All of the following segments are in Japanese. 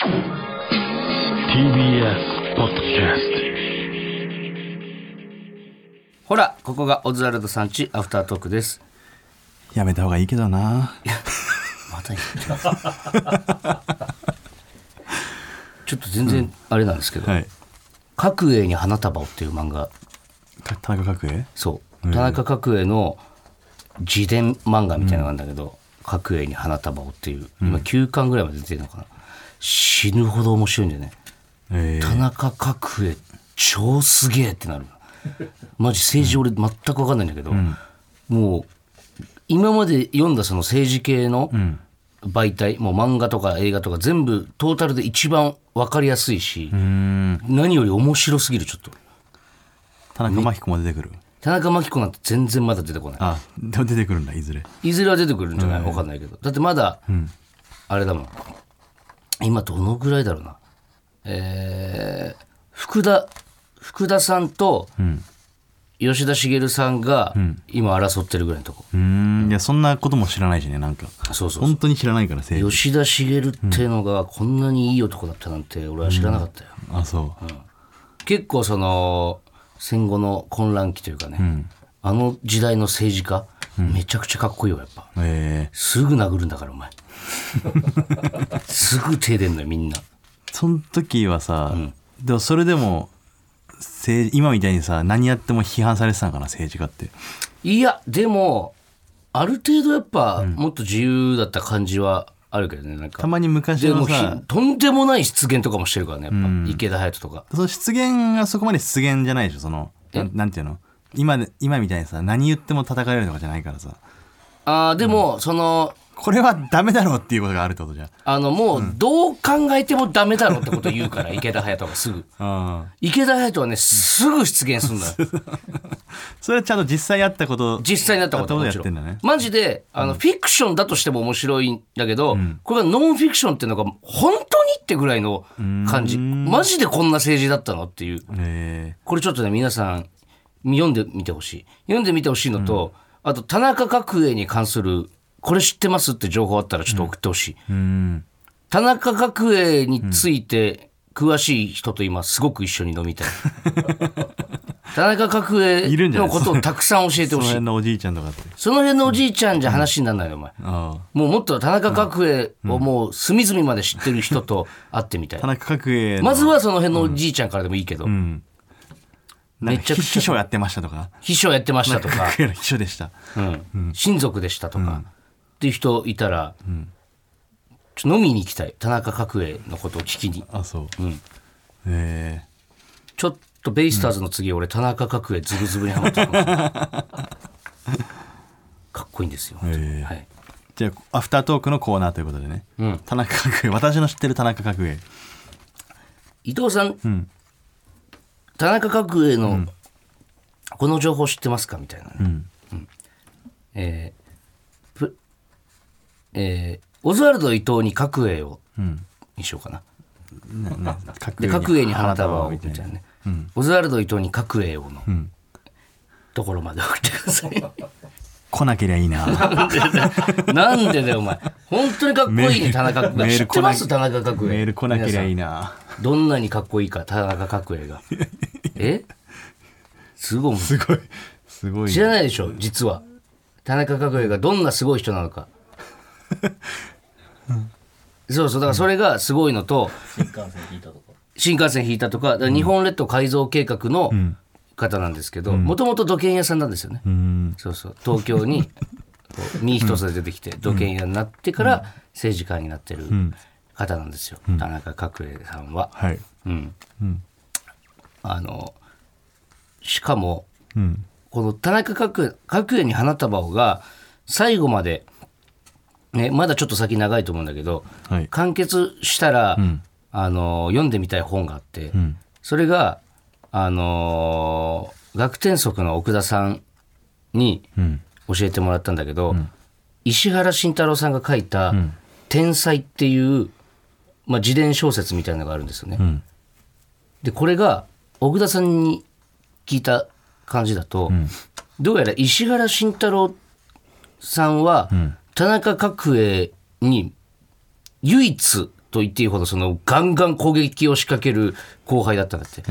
TBS ポッドキャスト。 ほら、ここがオズワルドさんちアフタートークです。 やめた方がいいけどな。 また言ってちょっと全然あれなんですけど、 はい。 角栄に花束をっていう漫画、 田中角栄。 そう田中角栄の自伝漫画みたいなのがあるんだけど、角栄に花束をっていう今9巻ぐらいまで出てるのかな、死ぬほど面白いんだよね。田中角栄超すげえってなる。マジ政治俺全く分かんないんだけど、もう今まで読んだその政治系の媒体、もう漫画とか映画とか全部トータルで一番分かりやすいし、何より面白すぎる。ちょっと田中真紀子も出てくる。 田中真紀子なんて全然まだ出てこない。 あ、でも出てくるんだ、いずれ。 いずれは出てくるんじゃない、分かんないけど。だってまだ、あれだもん、今どのぐらいだろうな、福田さんと吉田茂さんが今争ってるぐらいのとこ。 いや、そんなことも知らないしね、なんか。 そうそうそう、 本当に知らないから、政治。 吉田茂ってのがこんなにいい男だったなんて俺は知らなかったよ。 あ、そう。 結構その戦後の混乱期というかね、あの時代の政治家、めちゃくちゃかっこいいよやっぱ。すぐ殴るんだからお前すぐ手出んのよみんな。 その時はさ、でもそれでも今みたいにさ、何やっても批判されてたのかな、政治家って。 いやでもある程度やっぱ、もっと自由だった感じはあるけどね。なんかたまに昔でものさ、 とんでもない失言とかもしてるからねやっぱ、池田隼人とか。 その失言がそこまで失言じゃないでしょ。そのなんていうの、今みたいにさ、何言っても叩かれるとかじゃないからさ。 でも、そのこれはダメだろうっていうことがあるってことじゃん。 もうどう考えてもダメだろうってことを言うから池田隼人がすぐ。池田隼人はねすぐ出現するんだよそれはちゃんと実際あったこと、 実際になったことやってんだね。 マジでフィクションだとしても面白いんだけど、これがノンフィクションっていうのが本当にってぐらいの感じ。マジでこんな政治だったのっていう。これちょっとね皆さん読んでみてほしいのと、あと田中角栄に関するこれ知ってますって情報あったらちょっと送ってほしい。田中角栄について詳しい人と今すごく一緒に飲みたい田中角栄のことをたくさん教えてほしい。 その辺のおじいちゃんとかって。 その辺のおじいちゃんじゃ話にならないのお前。もうもっと田中角栄をもう隅々まで知ってる人と会ってみたい。 田中角栄まずはその辺のおじいちゃんからでもいいけど、 めちゃくちゃ秘書やってましたとか、 秘書やってましたとか、 秘書でした、 親族でしたとか、っていう人いたら、ちょ飲みに行きたい。田中角栄のことを聞きに。 あ、そう。 ちょっとベイスターズの次、俺田中角栄ズブズブにハマってますかっこいいんですよ、はい。 じゃあアフタートークのコーナーということでね、田中角栄、私の知ってる田中角栄。 伊藤さん、田中角栄のこの情報知ってますかみたいな、オズワルド伊藤に角栄を、にしようかな。で角栄に花束をみたいなね、オズワルド伊藤に角栄をの、ところまで送ってください来なけりゃいいななんでだよお前。本当にかっこいいね田中角栄。知ってます田中角栄。 メール来なけりゃいいな。 どんなにかっこいいか田中角栄がすごい知らないでしょ実は田中角栄がどんなすごい人なのかそうだからそれがすごいのと、新幹線引いたとか、日本列島改造計画の方なんですけど、もともと土建屋さんなんですよね。そう東京に身一つで出てきて土建屋になってから政治家になってる方なんですよ、田中角栄さんは。しかも、この田中角栄に花束をが最後までまだちょっと先長いと思うんだけど、完結したら、読んでみたい本があって、それが学天則の奥田さんに教えてもらったんだけど、石原慎太郎さんが書いた「天才」っていう、自伝小説みたいなのがあるんですよね。でこれが奥田さんに聞いた感じだと、どうやら石原慎太郎さんは、田中角栄に唯一と言っていいほどそのガンガン攻撃を仕掛ける後輩だったんだって。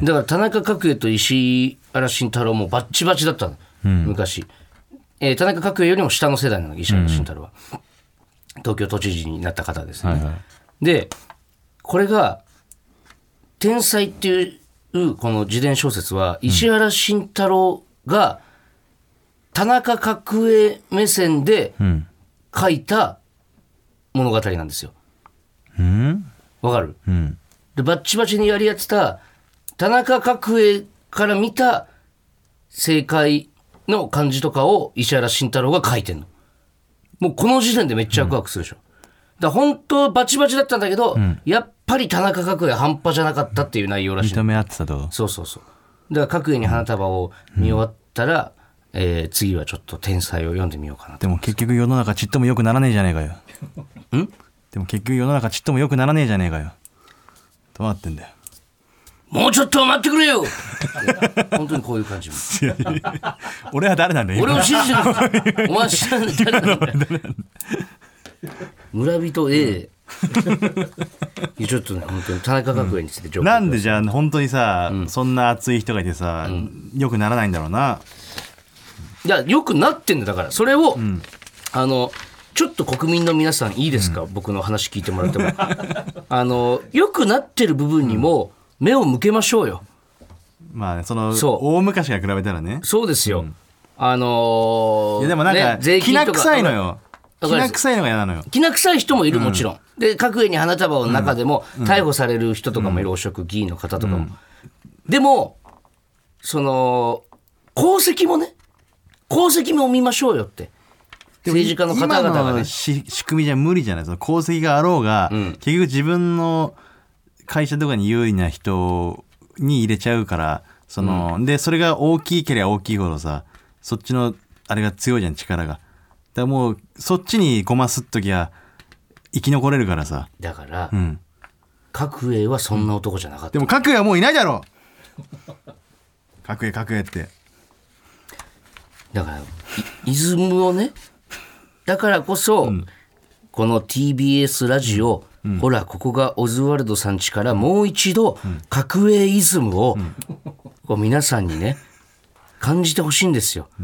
だから田中角栄と石原慎太郎もバッチバチだったの、昔、田中角栄よりも下の世代なの石原慎太郎は、東京都知事になった方ですね、でこれが天才っていうこの自伝小説は石原慎太郎が田中角栄目線で書いた物語なんですよ。わかる？でバッチバチにやり合ってた田中角栄から見た正解の感じとかを石原慎太郎が書いてんの。もうこの時点でめっちゃワクワクするでしょ。だから本当バチバチだったんだけど、やっぱり田中角栄半端じゃなかったっていう内容らしい。 認め合ってたと。 そうそうそう。だから角栄に花束を見終わったら、次はちょっと天才を読んでみようかなと。 でも結局世の中ちっとも良くならねえじゃねえかよ。でも結局世の中ちっとも良くならねえじゃねえかよ。どうなってんだよ。 もうちょっと待ってくれよ本当にこういう感じ。 俺は誰なんだよ。 俺を信じてる。お前知らない誰なんだよ。村人 A ちょっとね本当に田中角栄について情報、 なんでじゃあ本当にさ、そんな熱い人がいてさ、良くならないんだろうな。 いや良くなってんだ。だからそれを、ちょっと国民の皆さんいいですか、僕の話聞いてもらっても良くなってる部分にも目を向けましょうよ。 まあね、大昔から比べたらね。 そうですよ、いやでもなんか、きな臭いのよ。きな臭いのが嫌なのよ。 きな臭い人もいる、もちろん。で角栄に花束の中でも逮捕される人とかもいる、汚職議員の方とかも、でもその功績も見ましょうよって。政治家の方々がね、 今の仕組みじゃ無理じゃない。その功績があろうが、結局自分の会社とかに有利な人に入れちゃうから、でそれが大きいければ大きいほどさ、そっちのあれが強いじゃん、力が。だからもうそっちにごますっときゃ生き残れるからさ。 だから、角栄はそんな男じゃなかった。 でも角栄はもういないだろ角栄ってだからイズムをね、だからこそ、この TBS ラジオ、ほらここがオズワルドさん家からもう一度角栄イズムを、こう皆さんにね感じてほしいんですよ、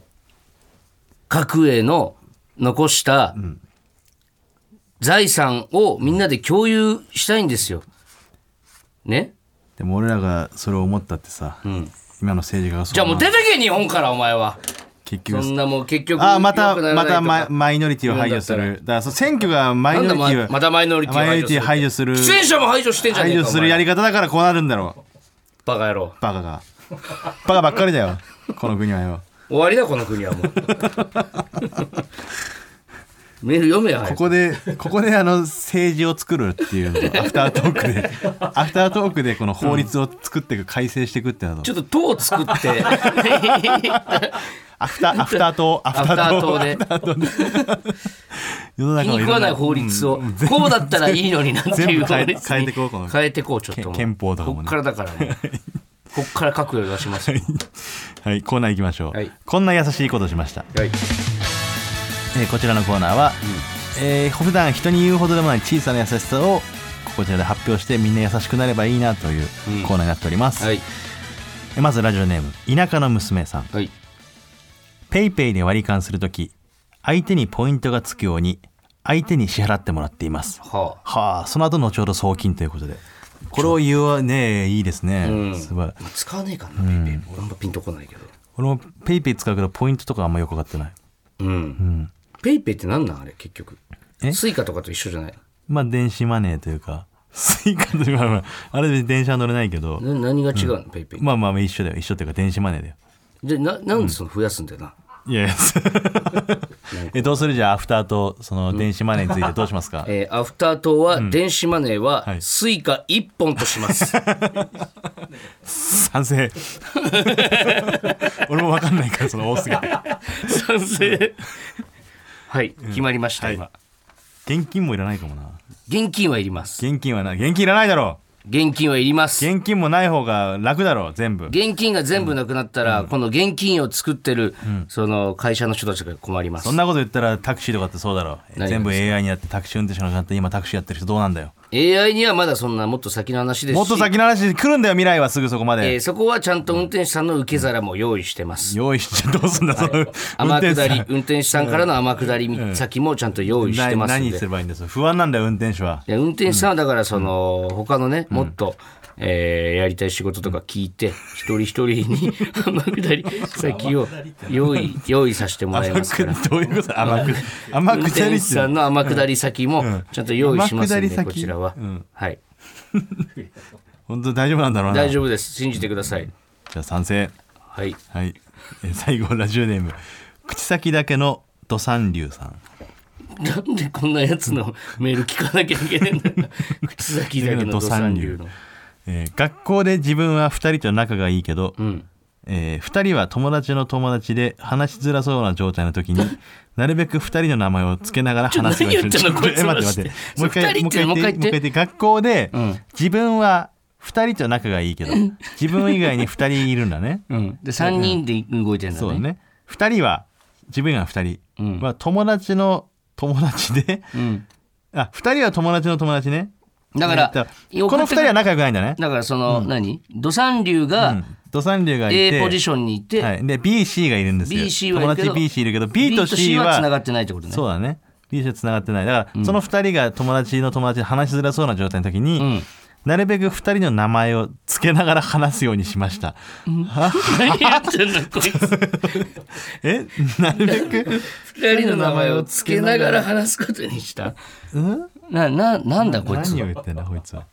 角栄の残した財産をみんなで共有したいんですよね。 でも俺らがそれを思ったってさ、今の政治家がそう。 じゃあもう出てけ日本からお前は。 結局そんなもう結局またマイノリティを排除する。だから選挙がマイノリティをまたマイノリティを排除する。 出演者も排除してんじゃねえか。 排除するやり方だからこうなるんだろう。 バカ野郎。 バカばっかりだよこの国はよ。 終わりだこの国はもう。メール読めよ。 ここで政治を作るっていうのアフタートークでこの法律を作っていく、改正していくっていうのちょっと党を作ってアフター党で世の中気に食わない法律をこうだったらいいのになっていう法律に変えてこうちょっと憲法とかもね。 こっからだからねこっから覚悟を出しますよ。 はい、コーナー行きましょう、 はい、 こんな優しいことしました、 はい。 こちらのコーナーは、普段人に言うほどでもない小さな優しさをこちらで発表してみんな優しくなればいいなというコーナーになっております、はい。まずラジオネーム田舎の娘さん、はい。ペイペイで割り勘するとき相手にポイントがつくように相手に支払ってもらっています、その後後ほど送金ということで、これを言うはねいいですね、すごい。 使わねえかな、ペイペイ。俺もピンとこないけど。 俺もペイペイ使うけどポイントとかあんまよく分かってない。 ペイペイって何なんあれ結局。スイカとかと一緒じゃない？ まあ電子マネーというか、スイカというかあれで電車乗れないけど。 何が違うの、ペイペイ。 まあ一緒だよ。一緒っていうか電子マネーだよ。 でなんでその増やすんだよな。 いやどうするじゃあアフターとその電子マネーについてどうしますか？ アフター党は電子マネーはスイカ1本とします、 賛成俺も分かんないからその多すぎて賛成はい、決まりました、今。 現金もいらないかもな。 現金はいります。 現金いらないだろ現金はいります。 現金もない方が楽だろう。全部現金が全部なくなったら、この現金を作ってる、その会社の人たちが困ります。 そんなこと言ったらタクシーとかってそうだろう。全部 AI になってタクシー運転手がなくなって今タクシーやってる人どうなんだよ。 AI にはまだそんなもっと先の話ですし、 もっと先の話来るんだよ。未来はすぐそこまで、 そこはちゃんと運転手さんの受け皿も用意してます。 用意してどうすんだ、その運転手さんからの天下り先もちゃんと用意してますんで。 何すればいいんですか。不安なんだよ運転手は。 いや運転手さんはだからその、他のねもっと、やりたい仕事とか聞いて、一人一人に天下り先を用意させてもらいますから。 どういうこと？ 運転手さんの天下り先もちゃんと用意しますんで、こちらは、はい。 本当に大丈夫なんだろうな。 大丈夫です。信じてください。 じゃあ賛成。 はい。 はい。最後ラジオネーム口先だけの土三流さん。 なんでこんなやつのメール聞かなきゃいけないんだ。口先だけの土三流の。 学校で自分は2人と仲がいいけど、2人は友達の友達で話しづらそうな状態の時になるべく2人の名前をつけながら話すようにする。 待ってもう一回言って。 学校で自分は2人と仲がいいけど、自分以外に2人いるんだね、 で3人で動いてるんだね。 そうね。2人は自分以外の2人は友達の友達で、2人は友達の友達ね。 だからこの2人は仲良くないんだね。 だからその、土三流が、 土三流がいて A ポジションにいて、 で BC がいるんですよ。 BC はいるけど、 友達 BC いるけど B と C は繋がってないってことね。 そうだね。 B と繋がってない。だから、その2人が友達の友達で話しづらそうな状態の時に、なるべく2人の名前をつけながら話すようにしました。 何やってんのこいつ。 なるべく 2人の名前をつけながら話すことにした。なんだこいつ。 何を言ってんだこいつは。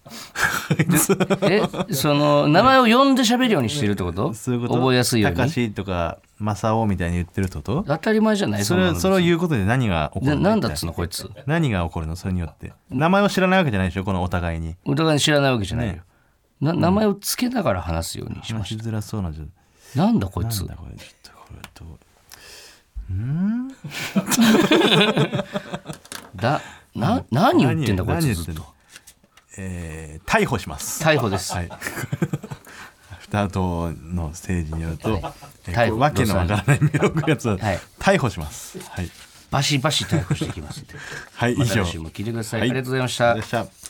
その名前を呼んで喋るようにしてるってこと？ そういうこと。 覚えやすいように。 高しとか正雄みたいに言ってるってこと？ 当たり前じゃない？ それを言うことで何が起こるの？ なんだっつのこいつ。 何が起こるの？それによって名前を知らないわけじゃないでしょ。このお互いに知らないわけじゃないよ、名前をつけながら話すようにしました。 話しづらそうな。 なんだこいつ。 なんだこれ。ちょっとこれ何言ってんだこいつずっと。 逮捕します。 逮捕です。 二党の政治によると、わけのわからないメールを送るやつを逮捕します。 バシバシ逮捕していきます。 はい、以上。 来週も聞いてください。ありがとうございました。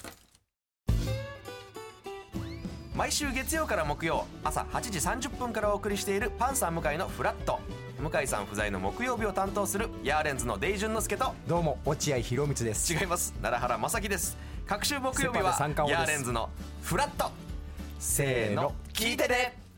毎週月曜から木曜朝8時30分からお送りしているパンサー向井のフラット。向井さん不在の木曜日を担当するヤーレンズのデイジュンの之介と、 どうも落合博満です。 違います、奈良原正樹です。各週木曜日はヤーレンズのフラット。せーの聞いてね。